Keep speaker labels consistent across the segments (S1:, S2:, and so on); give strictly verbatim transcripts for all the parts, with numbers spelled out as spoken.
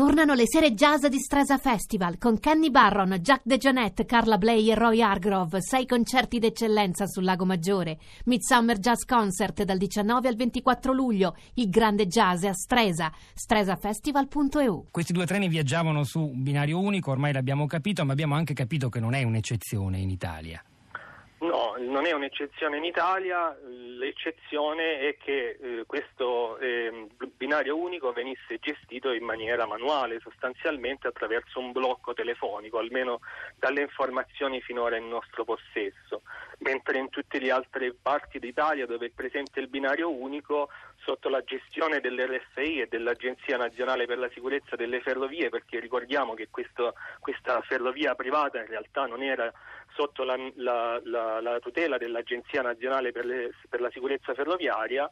S1: Tornano le sere jazz di Stresa Festival con Kenny Barron, Jack DeJohnette, Carla Bley e Roy Hargrove. Sei concerti d'eccellenza sul Lago Maggiore. Midsummer Jazz Concert dal diciannove al ventiquattro luglio. Il grande jazz è a Stresa. stresafestival punto e u.
S2: Questi due treni viaggiavano su binario unico, ormai l'abbiamo capito, ma abbiamo anche capito che non è un'eccezione in Italia.
S3: No, non è un'eccezione in Italia, l'eccezione è che eh, questo eh, binario unico venisse gestito in maniera manuale, sostanzialmente attraverso un blocco telefonico, almeno dalle informazioni finora in nostro possesso, mentre in tutte le altre parti d'Italia dove è presente il binario unico, sotto la gestione dell'R F I e dell'Agenzia Nazionale per la Sicurezza delle Ferrovie, perché ricordiamo che questo, questa ferrovia privata in realtà non era sotto la, la, la, la tutela dell'Agenzia Nazionale per, le, per la Sicurezza Ferroviaria,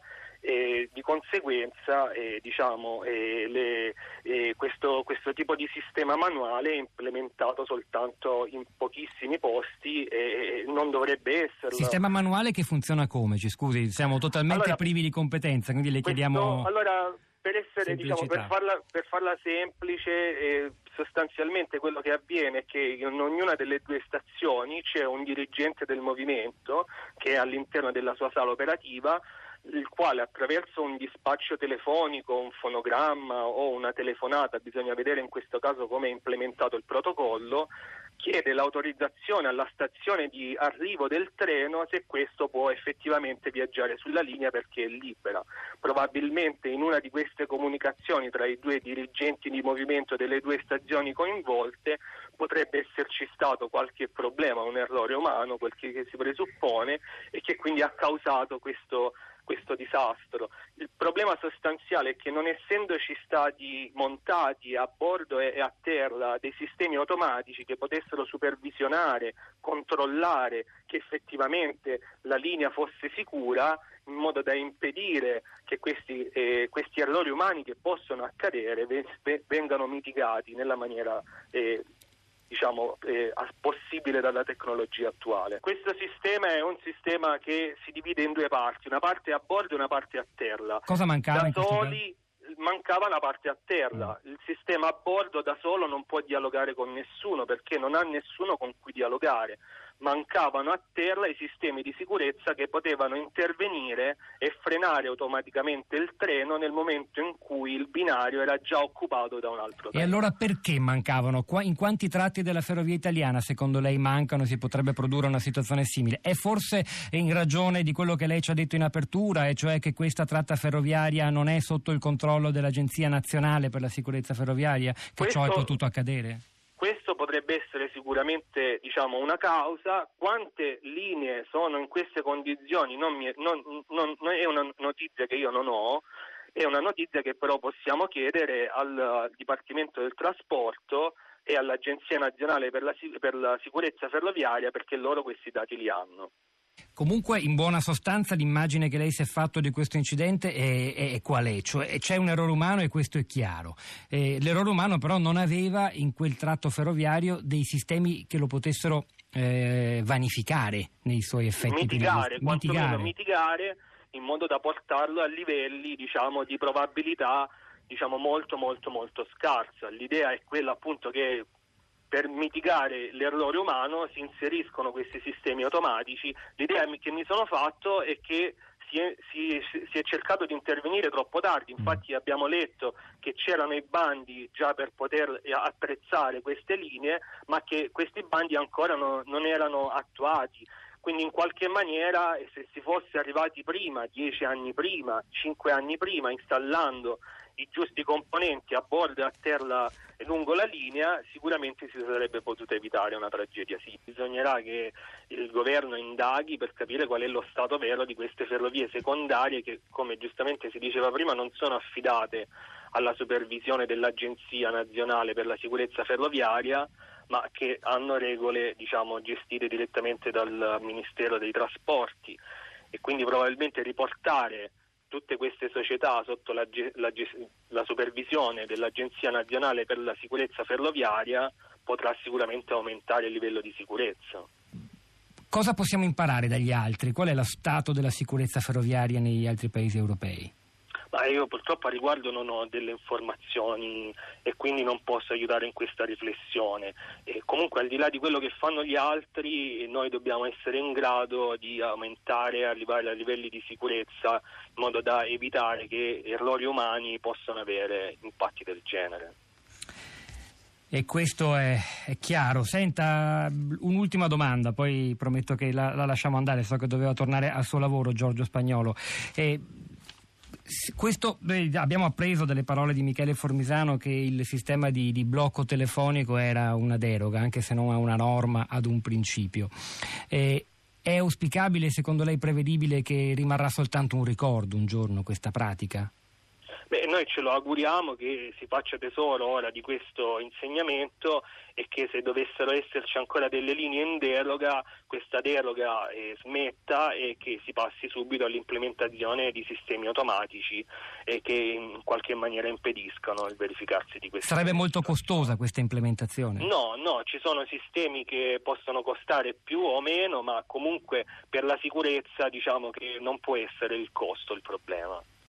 S3: e di conseguenza eh, diciamo, eh, le, eh, questo, questo tipo di sistema manuale è implementato soltanto in pochissimi posti e non dovrebbe essere.
S2: Sistema manuale che funziona come? Ci scusi, siamo totalmente
S3: allora,
S2: privi di competenza, quindi le
S3: questo,
S2: chiediamo.
S3: Allora, per essere diciamo, per farla, per farla semplice, eh, sostanzialmente quello che avviene è che in ognuna delle due stazioni c'è un dirigente del movimento che è all'interno della sua sala operativa, il quale attraverso un dispaccio telefonico, un fonogramma o una telefonata, bisogna vedere in questo caso come è implementato il protocollo, chiede l'autorizzazione alla stazione di arrivo del treno se questo può effettivamente viaggiare sulla linea perché è libera. Probabilmente in una di queste comunicazioni tra i due dirigenti di movimento delle due stazioni coinvolte potrebbe esserci stato qualche problema, un errore umano, quel che, che si presuppone, e che quindi ha causato questo questo disastro. Il problema sostanziale è che non essendoci stati montati a bordo e a terra dei sistemi automatici che potessero supervisionare, controllare che effettivamente la linea fosse sicura, in modo da impedire che questi, eh, questi errori umani che possono accadere vengano mitigati nella maniera eh, diciamo eh, possibile dalla tecnologia attuale. Questo sistema è un sistema che si divide in due parti, una parte a bordo e una parte a terra.
S2: Cosa mancava
S3: da
S2: in questo
S3: soli caso? Mancava la parte a terra. Il sistema a bordo da solo non può dialogare con nessuno perché non ha nessuno con cui dialogare. Mancavano a terra i sistemi di sicurezza che potevano intervenire e frenare automaticamente il treno nel momento in cui il binario era già occupato da un altro treno.
S2: E allora perché mancavano? In quanti tratti della ferrovia italiana secondo lei mancano e si potrebbe produrre una situazione simile? È forse in ragione di quello che lei ci ha detto in apertura, e cioè che questa tratta ferroviaria non è sotto il controllo dell'Agenzia Nazionale per la Sicurezza Ferroviaria, che
S3: Questo...
S2: ciò è potuto accadere?
S3: Questo potrebbe essere sicuramente diciamo, una causa. Quante linee sono in queste condizioni non, mi, non, non, non è una notizia che io non ho, è una notizia che però possiamo chiedere al Dipartimento del Trasporto e all'Agenzia Nazionale per la, per la Sicurezza Ferroviaria, perché loro questi dati li hanno.
S2: Comunque, in buona sostanza, l'immagine che lei si è fatto di questo incidente è, è, è qual è? Cioè, c'è un errore umano e questo è chiaro. Eh, l'errore umano però non aveva in quel tratto ferroviario dei sistemi che lo potessero eh, vanificare nei suoi effetti.
S3: Mitigare,
S2: di
S3: quantomeno mitigare in modo da portarlo a livelli diciamo, di probabilità diciamo, molto molto molto scarsa. L'idea è quella appunto che per mitigare l'errore umano si inseriscono questi sistemi automatici. L'idea che mi sono fatto è che si è, si, si è cercato di intervenire troppo tardi. Infatti abbiamo letto che c'erano i bandi già per poter attrezzare queste linee, ma che questi bandi ancora no, non erano attuati. Quindi in qualche maniera, se si fosse arrivati prima, dieci anni prima, cinque anni prima, installando i giusti componenti a bordo e a terra e lungo la linea, sicuramente si sarebbe potuta evitare una tragedia. Sì, bisognerà che il governo indaghi per capire qual è lo stato vero di queste ferrovie secondarie che, come giustamente si diceva prima, non sono affidate alla supervisione dell'Agenzia Nazionale per la Sicurezza Ferroviaria, ma che hanno regole diciamo gestite direttamente dal Ministero dei Trasporti, e quindi probabilmente riportare tutte queste società sotto la, la, la supervisione dell'Agenzia Nazionale per la Sicurezza Ferroviaria potrà sicuramente aumentare il livello di sicurezza.
S2: Cosa possiamo imparare dagli altri? Qual è lo stato della sicurezza ferroviaria negli altri paesi europei?
S3: Ma io purtroppo a riguardo non ho delle informazioni e quindi non posso aiutare in questa riflessione. E comunque, al di là di quello che fanno gli altri, noi dobbiamo essere in grado di aumentare e arrivare a livelli di sicurezza in modo da evitare che errori umani possano avere impatti del genere.
S2: E questo è, è chiaro. Senta, un'ultima domanda, poi prometto che la, la lasciamo andare, so che doveva tornare al suo lavoro, Giorgio Spagnolo. E questo, beh, abbiamo appreso dalle parole di Michele Formisano che il sistema di, di blocco telefonico era una deroga, anche se non è una norma, ad un principio. E, è auspicabile, secondo lei prevedibile, che rimarrà soltanto un ricordo un giorno questa pratica?
S3: Beh, noi ce lo auguriamo che si faccia tesoro ora di questo insegnamento e che se dovessero esserci ancora delle linee in deroga, questa deroga eh, smetta e che si passi subito all'implementazione di sistemi automatici e che in qualche maniera impediscano il verificarsi di questo.
S2: Sarebbe molto costosa questa implementazione?
S3: No, no, ci sono sistemi che possono costare più o meno, ma comunque per la sicurezza diciamo che non può essere il costo il problema.